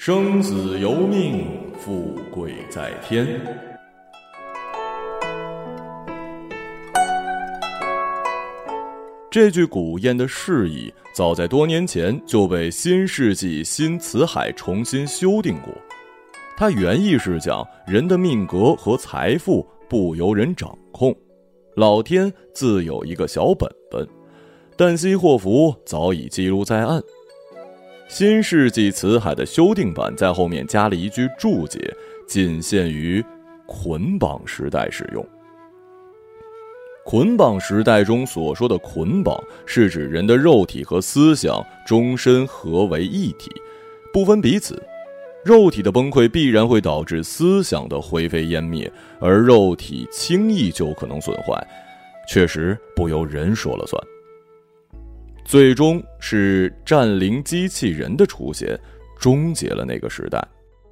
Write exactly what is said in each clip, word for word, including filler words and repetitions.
生死由命，富贵在天。这句古谚的释义，早在多年前就被新世纪新辞海重新修订过。它原意是讲人的命格和财富不由人掌控，老天自有一个小本本，旦夕祸福早已记录在案。新世纪辞海的修订版在后面加了一句注解，仅限于捆绑时代使用。捆绑时代中所说的捆绑，是指人的肉体和思想终身合为一体，不分彼此。肉体的崩溃必然会导致思想的灰飞烟灭，而肉体轻易就可能损坏，确实不由人说了算。最终是占领机器人的出现，终结了那个时代。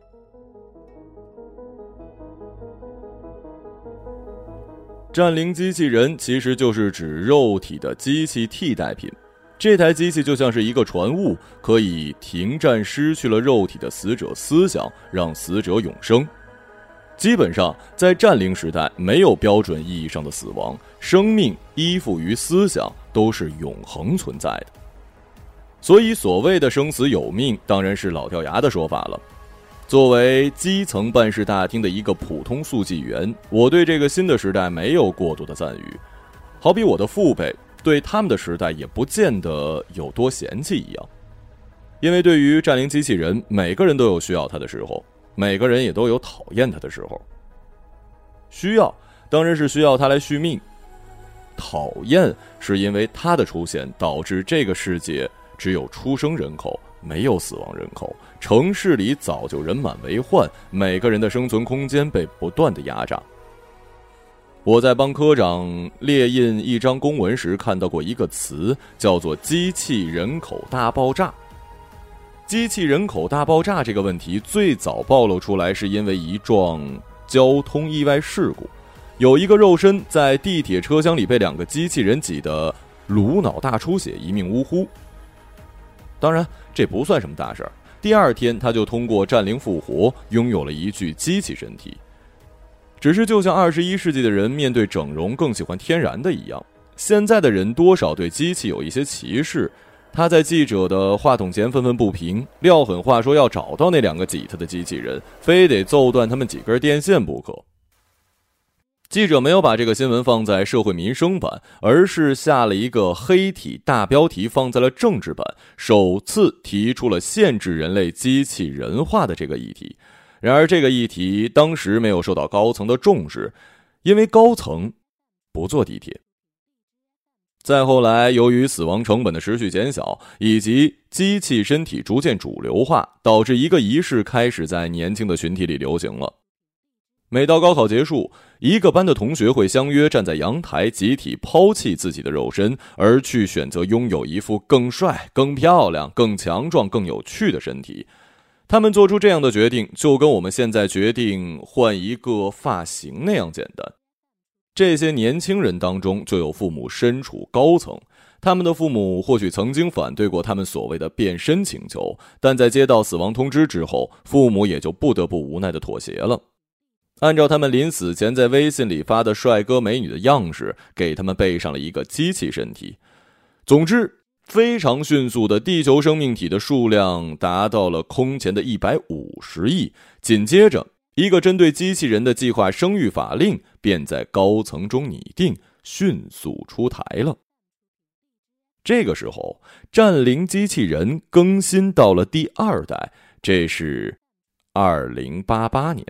占领机器人其实就是指肉体的机器替代品，这台机器就像是一个传物，可以停战失去了肉体的死者思想，让死者永生。基本上在占领时代没有标准意义上的死亡，生命依附于思想都是永恒存在的。所以所谓的生死有命当然是老掉牙的说法了。作为基层办事大厅的一个普通速记员，我对这个新的时代没有过多的赞誉，好比我的父辈对他们的时代也不见得有多嫌弃一样。因为对于占领机器人，每个人都有需要它的时候，每个人也都有讨厌它的时候。需要当然是需要它来续命，讨厌是因为它的出现导致这个世界只有出生人口，没有死亡人口，城市里早就人满为患，每个人的生存空间被不断的压榨。我在帮科长列印一张公文时看到过一个词，叫做机器人口大爆炸。机器人口大爆炸这个问题最早暴露出来是因为一桩交通意外事故，有一个肉身在地铁车厢里被两个机器人挤得颅脑大出血，一命呜呼。当然这不算什么大事儿，第二天他就通过占领复活拥有了一具机器身体。只是就像二十一世纪的人面对整容更喜欢天然的一样，现在的人多少对机器有一些歧视。他在记者的话筒前愤愤不平，撂狠话说要找到那两个挤他的机器人，非得揍断他们几根电线不可。记者没有把这个新闻放在社会民生版，而是下了一个黑体大标题放在了政治版，首次提出了限制人类机器人化的这个议题。然而这个议题当时没有受到高层的重视，因为高层不坐地铁。再后来，由于死亡成本的持续减小，以及机器身体逐渐主流化，导致一个仪式开始在年轻的群体里流行了。每到高考结束，一个班的同学会相约站在阳台，集体抛弃自己的肉身，而去选择拥有一副更帅、更漂亮、更强壮、更有趣的身体。他们做出这样的决定，就跟我们现在决定换一个发型那样简单。这些年轻人当中就有父母身处高层，他们的父母或许曾经反对过他们所谓的变身请求，但在接到死亡通知之后，父母也就不得不无奈地妥协了。按照他们临死前在微信里发的帅哥美女的样式，给他们备上了一个机器身体。总之，非常迅速的地球生命体的数量达到了空前的一百五十亿，紧接着一个针对机器人的计划生育法令便在高层中拟定，迅速出台了。这个时候，占领机器人更新到了第二代，这是二零八八年。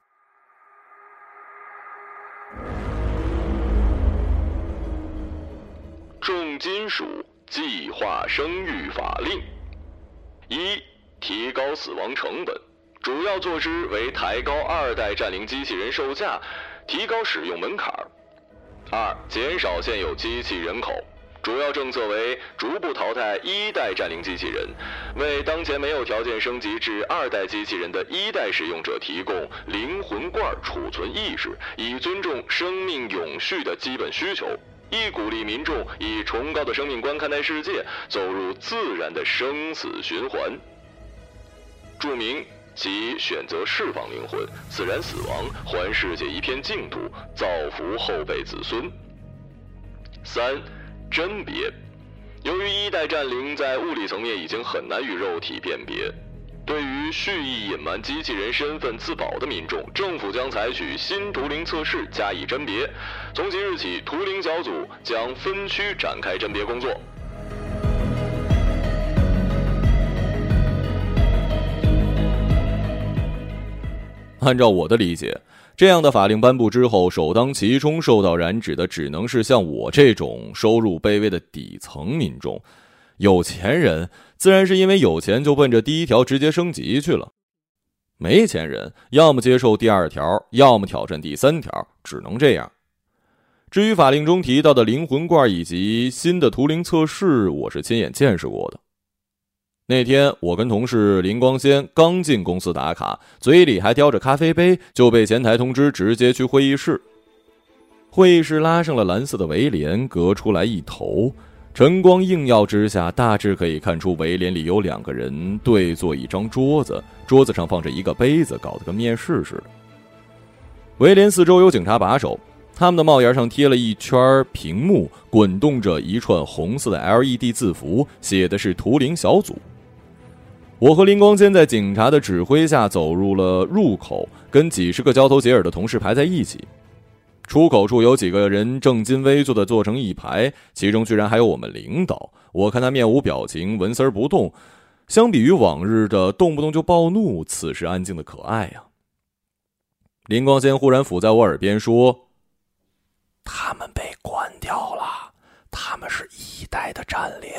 重金属计划生育法令：一、提高死亡成本，主要措施为抬高二代占领机器人售价，提高使用门槛。二、减少现有机器人口，主要政策为逐步淘汰一代占领机器人，为当前没有条件升级至二代机器人的一代使用者提供灵魂罐储存意识，以尊重生命永续的基本需求，亦鼓励民众以崇高的生命观看待世界，走入自然的生死循环。 注明其选择释放灵魂，自然死亡，还世界一片净土，造福后辈子孙。三、甄别。由于一代战灵在物理层面已经很难与肉体辨别，对于蓄意隐瞒机器人身份自保的民众，政府将采取新图灵测试加以甄别。从即日起，图灵小组将分区展开甄别工作。 按照我的理解，这样的法令颁布之后，首当其冲受到染指的只能是像我这种收入卑微的底层民众。有钱人自然是因为有钱就奔着第一条直接升级去了，没钱人要么接受第二条，要么挑战第三条，只能这样。至于法令中提到的灵魂罐以及新的图灵测试，我是亲眼见识过的。那天我跟同事林光先刚进公司打卡，嘴里还叼着咖啡杯，就被前台通知直接去会议室。会议室拉上了蓝色的围帘，隔出来一头，晨光映耀之下，大致可以看出围帘里有两个人对坐一张桌子，桌子上放着一个杯子，搞得跟面试似的。围帘四周有警察把守，他们的帽檐上贴了一圈屏幕，滚动着一串红色的 L E D 字符，写的是图灵小组。我和林光坚在警察的指挥下走入了入口，跟几十个交头接耳的同事排在一起。出口处有几个人正襟危坐地坐成一排，其中居然还有我们领导。我看他面无表情，纹丝不动，相比于往日的动不动就暴怒，此时安静的可爱呀、啊。林光坚忽然抚在我耳边说：“他们被关掉了，他们是一代的战灵。”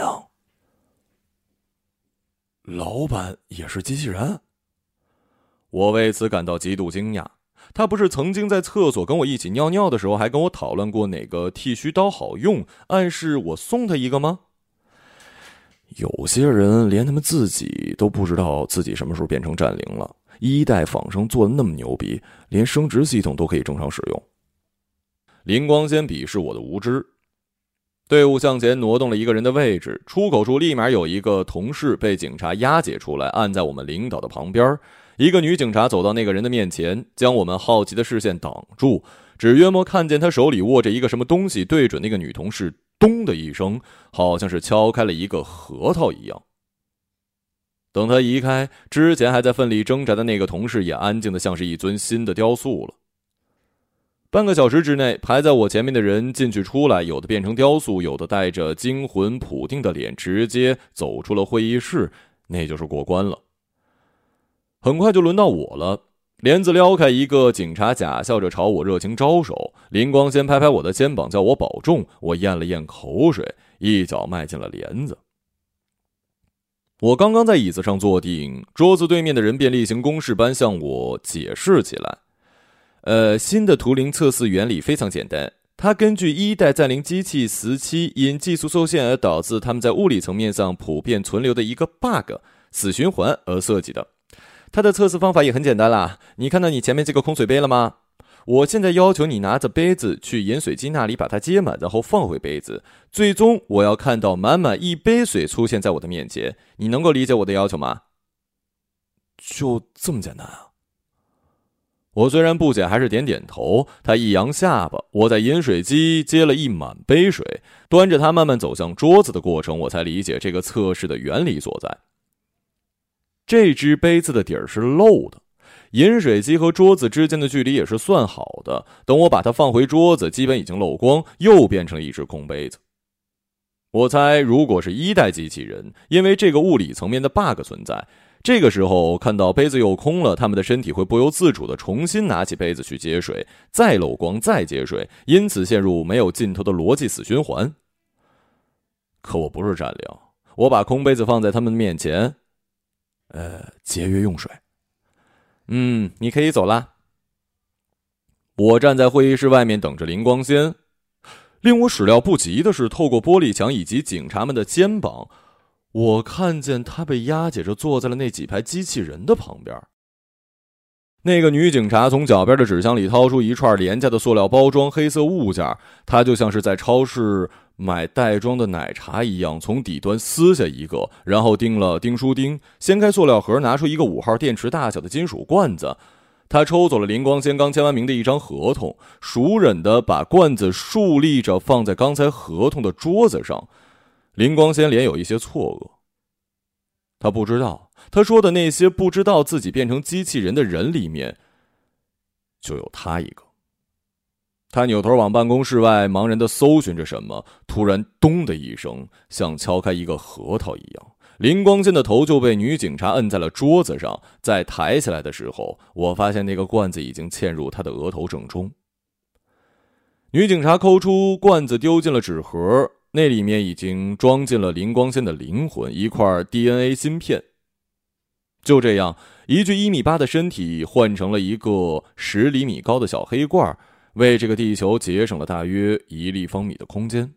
老板也是机器人？我为此感到极度惊讶。他不是曾经在厕所跟我一起尿尿的时候还跟我讨论过哪个剃须刀好用，暗示我送他一个吗？有些人连他们自己都不知道自己什么时候变成战灵了。一代仿生做的那么牛逼，连生殖系统都可以正常使用。林光先鄙视我的无知。队伍向前挪动了一个人的位置，出口处立马有一个同事被警察押解出来，按在我们领导的旁边。一个女警察走到那个人的面前，将我们好奇的视线挡住，只约莫看见他手里握着一个什么东西，对准那个女同事，咚的一声，好像是敲开了一个核桃一样。等他移开，之前还在奋力挣扎的那个同事也安静的像是一尊新的雕塑了。半个小时之内，排在我前面的人进去出来，有的变成雕塑，有的带着惊魂甫定的脸直接走出了会议室，那就是过关了。很快就轮到我了，帘子撩开，一个警察假笑着朝我热情招手，林光先拍拍我的肩膀叫我保重，我咽了咽口水，一脚迈进了帘子。我刚刚在椅子上坐定，桌子对面的人便例行公事般向我解释起来。呃，新的图灵测试原理非常简单，它根据一代战灵机器时期因技术受限而导致它们在物理层面上普遍存留的一个 bug 死循环而设计的。它的测试方法也很简单啦，你看到你前面这个空水杯了吗？我现在要求你拿着杯子去饮水机那里把它接满，然后放回杯子，最终我要看到满满一杯水出现在我的面前，你能够理解我的要求吗？就这么简单啊？我虽然不解，还是点点头。他一扬下巴，我在饮水机接了一满杯水，端着它慢慢走向桌子的过程，我才理解这个测试的原理所在。这只杯子的底儿是漏的，饮水机和桌子之间的距离也是算好的。等我把它放回桌子，基本已经漏光，又变成了一只空杯子。我猜，如果是一代机器人，因为这个物理层面的 bug 存在，这个时候看到杯子又空了，他们的身体会不由自主地重新拿起杯子去接水，再漏光再接水，因此陷入没有尽头的逻辑死循环。可我不是战灵，我把空杯子放在他们面前，呃，节约用水。嗯，你可以走啦。我站在会议室外面等着林光先。令我始料不及的是，透过玻璃墙以及警察们的肩膀，我看见他被押解着坐在了那几排机器人的旁边。 那个女警察从脚边的纸箱里掏出一串廉价的塑料包装黑色物件，她就像是在超市买袋装的奶茶一样，从底端撕下一个，然后钉了钉书钉，掀开塑料盒，拿出一个五号电池大小的金属罐子。她抽走了林光先刚签完名的一张合同，熟忍地把罐子竖立着放在刚才合同的桌子上。林光先脸有一些错愕，他不知道，他说的那些不知道自己变成机器人的人里面，就有他一个。他扭头往办公室外茫然地搜寻着什么，突然咚的一声，像敲开一个核桃一样，林光先的头就被女警察摁在了桌子上。再抬起来的时候，我发现那个罐子已经嵌入他的额头正中。女警察抠出罐子丢进了纸盒，那里面已经装进了林光先的灵魂，一块 D N A 芯片。就这样，一具一米八的身体换成了一个十厘米高的小黑罐，为这个地球节省了大约一立方米的空间。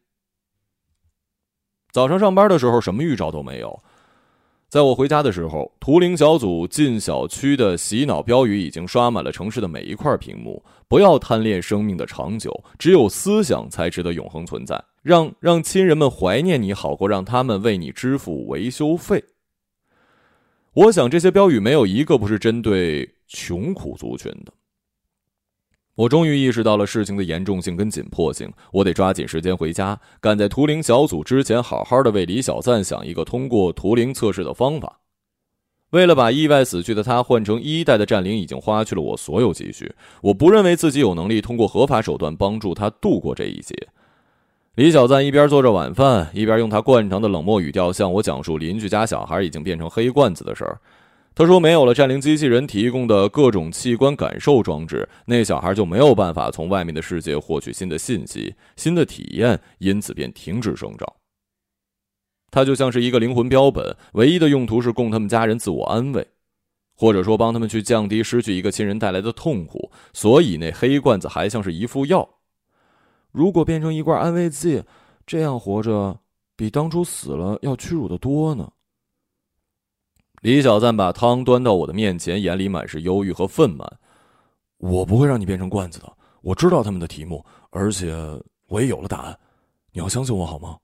早上上班的时候，什么预兆都没有。在我回家的时候，图灵小组进小区的洗脑标语已经刷满了城市的每一块屏幕。不要贪恋生命的长久，只有思想才值得永恒存在。让让亲人们怀念你，好过让他们为你支付维修费。我想这些标语没有一个不是针对穷苦族群的。我终于意识到了事情的严重性跟紧迫性，我得抓紧时间回家，赶在图灵小组之前好好的为李小赞想一个通过图灵测试的方法。为了把意外死去的他换成一代的战灵，已经花去了我所有积蓄。我不认为自己有能力通过合法手段帮助他度过这一劫。李小赞一边做着晚饭，一边用他惯常的冷漠语调向我讲述邻居家小孩已经变成黑罐子的事儿。他说没有了战灵机器人提供的各种器官感受装置，那小孩就没有办法从外面的世界获取新的信息、新的体验，因此便停止生长。他就像是一个灵魂标本，唯一的用途是供他们家人自我安慰，或者说帮他们去降低失去一个亲人带来的痛苦，所以那黑罐子还像是一副药。如果变成一罐安慰剂，这样活着比当初死了要屈辱得多呢。李小赞把汤端到我的面前，眼里满是忧郁和愤懑。我不会让你变成罐子的，我知道他们的题目，而且我也有了答案，你要相信我好吗？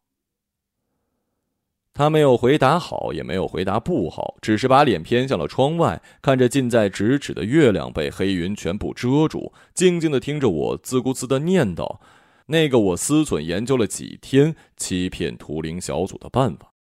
他没有回答好，也没有回答不好，只是把脸偏向了窗外，看着近在咫尺的月亮被黑云全部遮住，静静地听着我自顾自地念叨那个我思忖研究了几天欺骗图灵小组的办法。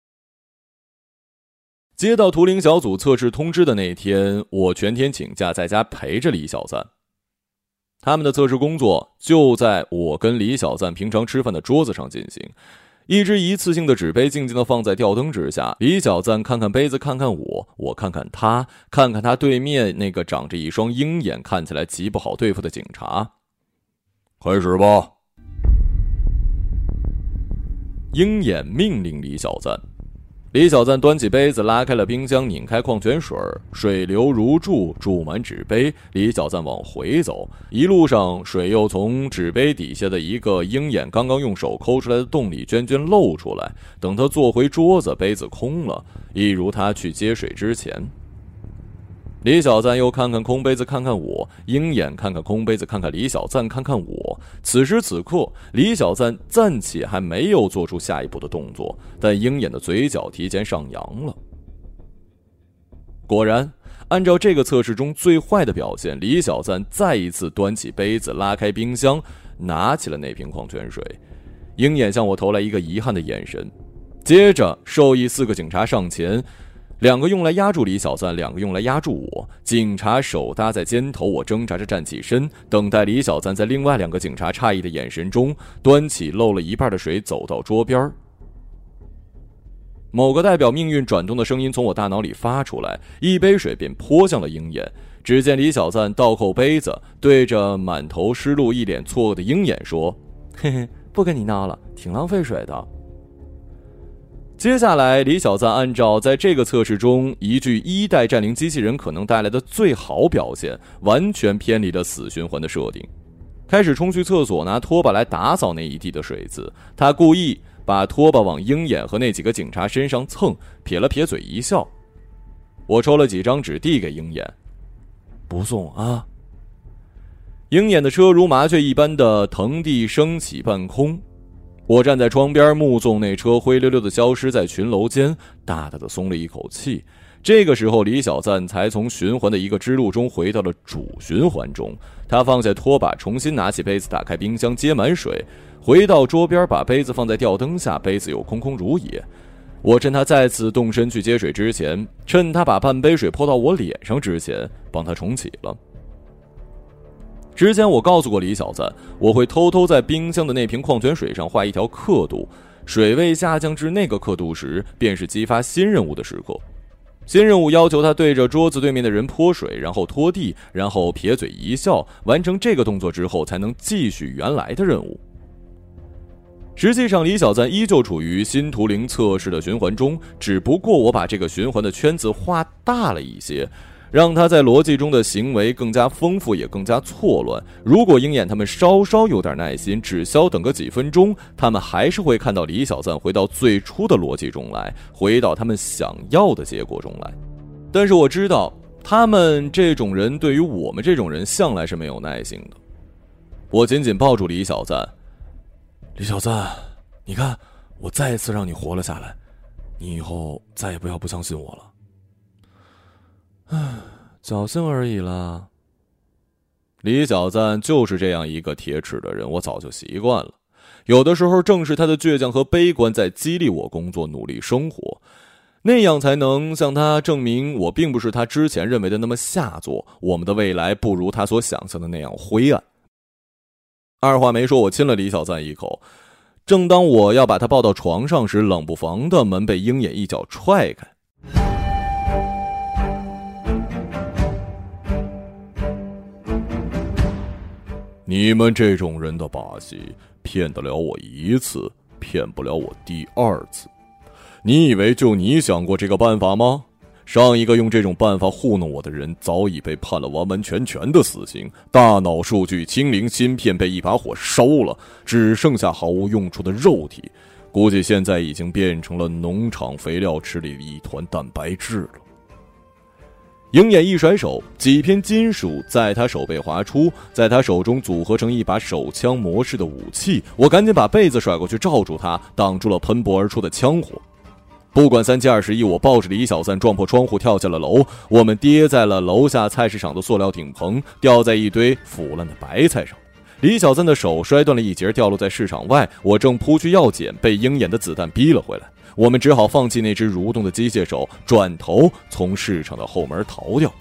接到图灵小组测试通知的那天，我全天请假在家陪着李小赞。他们的测试工作就在我跟李小赞平常吃饭的桌子上进行。一只一次性的纸杯静静地放在吊灯之下，李小赞看看杯子，看看我，我看看他，看看他对面那个长着一双鹰眼看起来极不好对付的警察。开始吧。鹰眼命令李小赞。李小赞端起杯子，拉开了冰箱，拧开矿泉水，水流如注，注满纸杯。李小赞往回走，一路上水又从纸杯底下的一个鹰眼刚刚用手抠出来的洞里涓涓漏出来。等他坐回桌子，杯子空了，一如他去接水之前。李小赞又看看空杯子，看看我，鹰眼看看空杯子，看看李小赞，看看我。此时此刻，李小赞暂且还没有做出下一步的动作，但鹰眼的嘴角提前上扬了。果然，按照这个测试中最坏的表现，李小赞再一次端起杯子，拉开冰箱，拿起了那瓶矿泉水。鹰眼向我投来一个遗憾的眼神，接着授意四个警察上前，两个用来压住李小赞，两个用来压住我。警察手搭在肩头，我挣扎着站起身，等待李小赞在另外两个警察诧异的眼神中，端起漏了一半的水走到桌边。某个代表命运转动的声音从我大脑里发出来，一杯水便泼向了鹰眼。只见李小赞倒扣杯子，对着满头湿漉一脸错愕的鹰眼说：嘿嘿，不跟你闹了，挺浪费水的。接下来，李小赞按照在这个测试中一具一代战灵机器人可能带来的最好表现，完全偏离了死循环的设定，开始冲去厕所拿拖把来打扫那一地的水渍。他故意把拖把往鹰眼和那几个警察身上蹭，撇了撇嘴一笑。我抽了几张纸递给鹰眼， 不送啊。鹰眼的车如麻雀一般的腾地升起半空，我站在窗边目送那车灰溜溜的消失在群楼间，大大的松了一口气。这个时候李小赞才从循环的一个支路中回到了主循环中，他放下拖把，重新拿起杯子，打开冰箱接满水，回到桌边把杯子放在吊灯下，杯子又空空如也。我趁他再次动身去接水之前，趁他把半杯水泼到我脸上之前，帮他重启了。之前我告诉过李小赞，我会偷偷在冰箱的那瓶矿泉水上画一条刻度，水位下降至那个刻度时，便是激发新任务的时刻。新任务要求他对着桌子对面的人泼水，然后拖地，然后撇嘴一笑，完成这个动作之后才能继续原来的任务。实际上李小赞依旧处于新图灵测试的循环中，只不过我把这个循环的圈子画大了一些，让他在逻辑中的行为更加丰富也更加错乱。如果鹰眼他们稍稍有点耐心，只消等个几分钟，他们还是会看到李小赞回到最初的逻辑中来，回到他们想要的结果中来。但是我知道他们这种人对于我们这种人向来是没有耐心的。我紧紧抱住李小赞，李小赞，你看我再次让你活了下来，你以后再也不要不相信我了。唉，侥幸而已啦。李小赞就是这样一个铁齿的人，我早就习惯了。有的时候正是他的倔强和悲观在激励我工作努力生活，那样才能向他证明我并不是他之前认为的那么下作，我们的未来不如他所想象的那样灰暗。二话没说，我亲了李小赞一口。正当我要把他抱到床上时，冷不防的门被鹰眼一脚踹开。你们这种人的把戏骗得了我一次，骗不了我第二次。你以为就你想过这个办法吗？上一个用这种办法糊弄我的人早已被判了完完全全的死刑，大脑数据清零，芯片被一把火烧了，只剩下毫无用处的肉体，估计现在已经变成了农场肥料池里的一团蛋白质了。鹰眼一甩手，几片金属在他手背划出，在他手中组合成一把手枪模式的武器。我赶紧把被子甩过去罩住他，挡住了喷薄而出的枪火。不管三七二十一，我抱着李小赞撞破窗户跳下了楼，我们跌在了楼下菜市场的塑料顶棚，掉在一堆腐烂的白菜上。李小赞的手摔断了一截，掉落在市场外，我正扑去要捡，被鹰眼的子弹逼了回来。我们只好放弃那只蠕动的机械手，转头从市场的后门逃掉。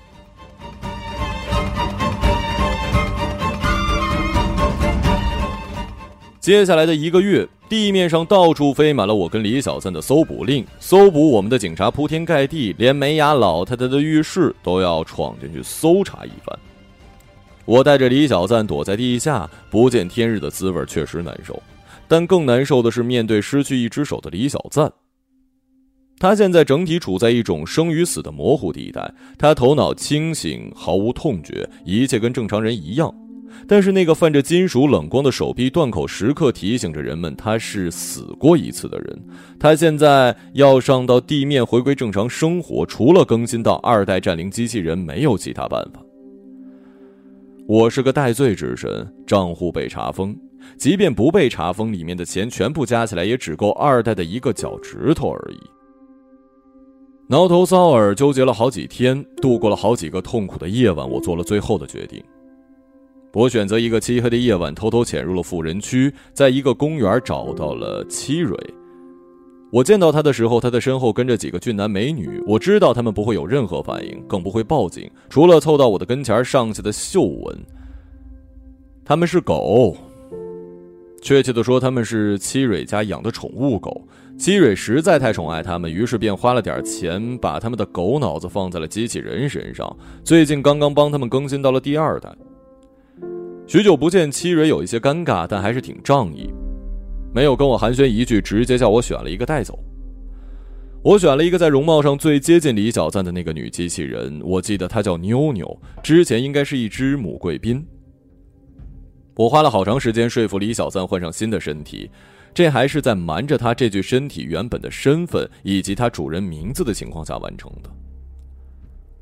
接下来的一个月，地面上到处飞满了我跟李小赞的搜捕令，搜捕我们的警察铺天盖地，连梅雅老太太的浴室都要闯进去搜查一番。我带着李小赞躲在地下，不见天日的滋味确实难受，但更难受的是面对失去一只手的李小赞。他现在整体处在一种生与死的模糊地带，他头脑清醒，毫无痛觉，一切跟正常人一样。但是那个泛着金属冷光的手臂断口时刻提醒着人们，他是死过一次的人。他现在要上到地面回归正常生活，除了更新到二代战灵机器人，没有其他办法。我是个戴罪之身，账户被查封，即便不被查封，里面的钱全部加起来也只够二代的一个脚趾头而已。挠头搔耳，纠结了好几天，度过了好几个痛苦的夜晚，我做了最后的决定。我选择一个漆黑的夜晚，偷偷潜入了富人区，在一个公园找到了七蕊。我见到他的时候，他的身后跟着几个俊男美女，我知道他们不会有任何反应，更不会报警，除了凑到我的跟前上下的嗅闻。他们是狗，确切地说，他们是七蕊家养的宠物狗。七蕊实在太宠爱他们，于是便花了点钱，把他们的狗脑子放在了机器人身上。最近刚刚帮他们更新到了第二代。许久不见，七蕊有一些尴尬，但还是挺仗义，没有跟我寒暄一句，直接叫我选了一个带走。我选了一个在容貌上最接近李小赞的那个女机器人，我记得她叫妞妞，之前应该是一只母贵宾。我花了好长时间说服李小赞换上新的身体，这还是在瞒着他这具身体原本的身份以及他主人名字的情况下完成的。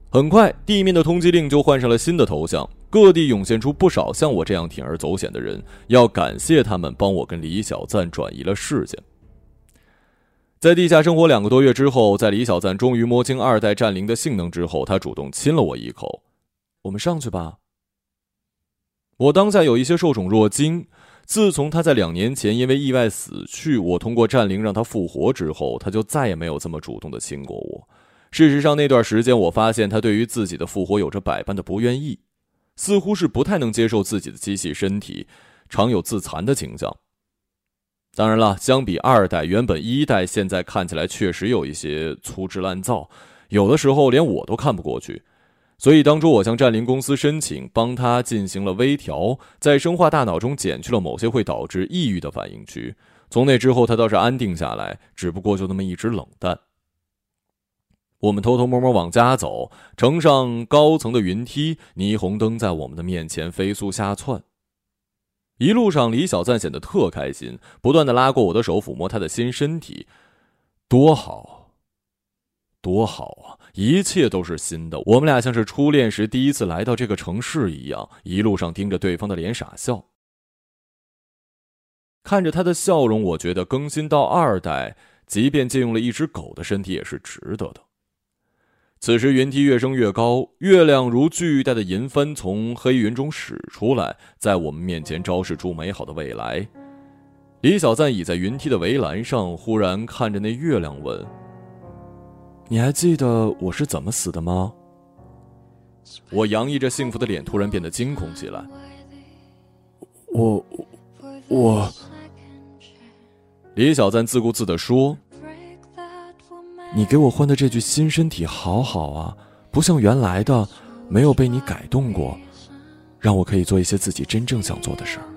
很快，地面的通缉令就换上了新的头像，各地涌现出不少像我这样铤而走险的人，要感谢他们帮我跟李小赞转移了视线。在地下生活两个多月之后，在李小赞终于摸清二代战灵的性能之后，他主动亲了我一口。我们上去吧。我当下有一些受宠若惊，自从他在两年前因为意外死去，我通过战灵让他复活之后，他就再也没有这么主动的亲过我。事实上，那段时间我发现他对于自己的复活有着百般的不愿意，似乎是不太能接受自己的机器身体，常有自残的倾向。当然了，相比二代，原本一代现在看起来确实有一些粗制滥造，有的时候连我都看不过去。所以当初我向战灵公司申请，帮他进行了微调，在生化大脑中减去了某些会导致抑郁的反应区。从那之后他倒是安定下来，只不过就那么一直冷淡。我们偷偷摸摸往家走，乘上高层的云梯，霓虹灯在我们的面前飞速下窜。一路上李小赞显得特开心，不断地拉过我的手，抚摸他的新身体。多好多好啊，一切都是新的，我们俩像是初恋时第一次来到这个城市一样，一路上盯着对方的脸傻笑。看着他的笑容，我觉得更新到二代，即便借用了一只狗的身体也是值得的。此时云梯越升越高，月亮如巨大的银帆从黑云中驶出来，在我们面前昭示出美好的未来。李小赞倚在云梯的围栏上，忽然看着那月亮问：你还记得我是怎么死的吗？我洋溢着幸福的脸突然变得惊恐起来。我我李小赞自顾自地说，你给我换的这具新身体好好啊，不像原来的，没有被你改动过，让我可以做一些自己真正想做的事儿。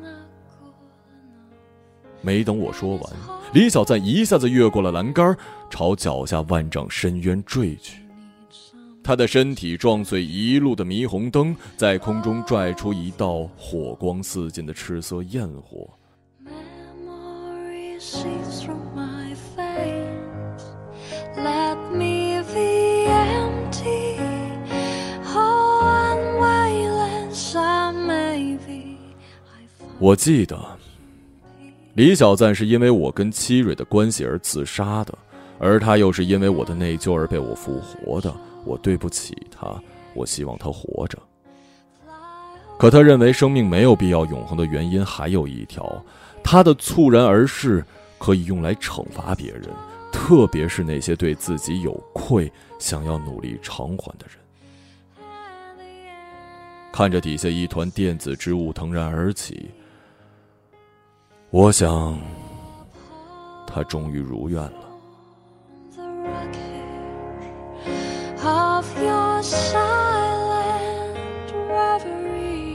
没等我说完，李小赞一下子越过了栏杆，朝脚下万丈深渊坠去。他的身体撞碎一路的霓虹灯，在空中拽出一道火光四溅的赤色焰火。Let me be empty, oh, unwilling, I may be. 我记得李小赞是因为我跟七蕊的关系而自杀的，而他又是因为我的内疚而被我复活的。我对不起他，我希望他活着。可他认为生命没有必要永恒的原因还有一条，他的猝然而逝可以用来惩罚别人，特别是那些对自己有愧、想要努力偿还的人。看着底下一团电子之物腾然而起，我想他终于如愿了。Of your silent reverie,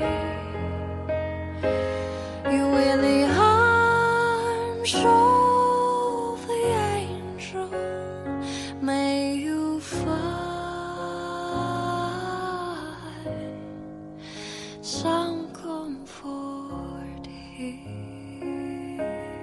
you in the arms of the angel, may you find some comfort here.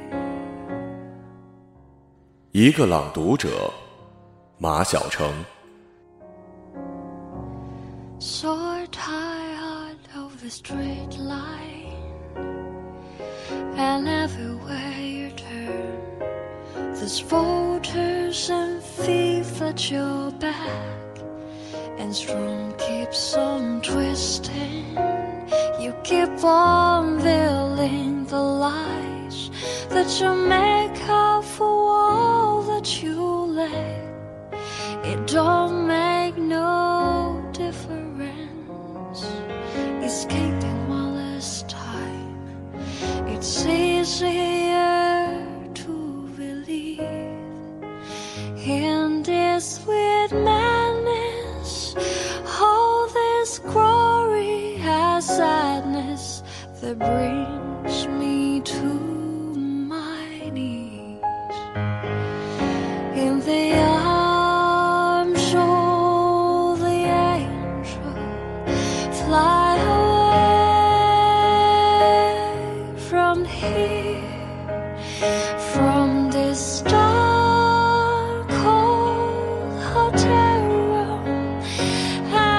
一个朗读者，马晓成。So tired of the straight line, and everywhere you turn, there's voters and thieves at your back, and strong keeps on twisting. You keep on veiling the lies that you make up for all that you lack. It don't make no difference. Escaping while there's time, it's easier to believe in this sweet madness. All this glory has sadness that brings me to my knees. In the arms of the angel, fly away from here, from this dark cold hotel room.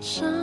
伤。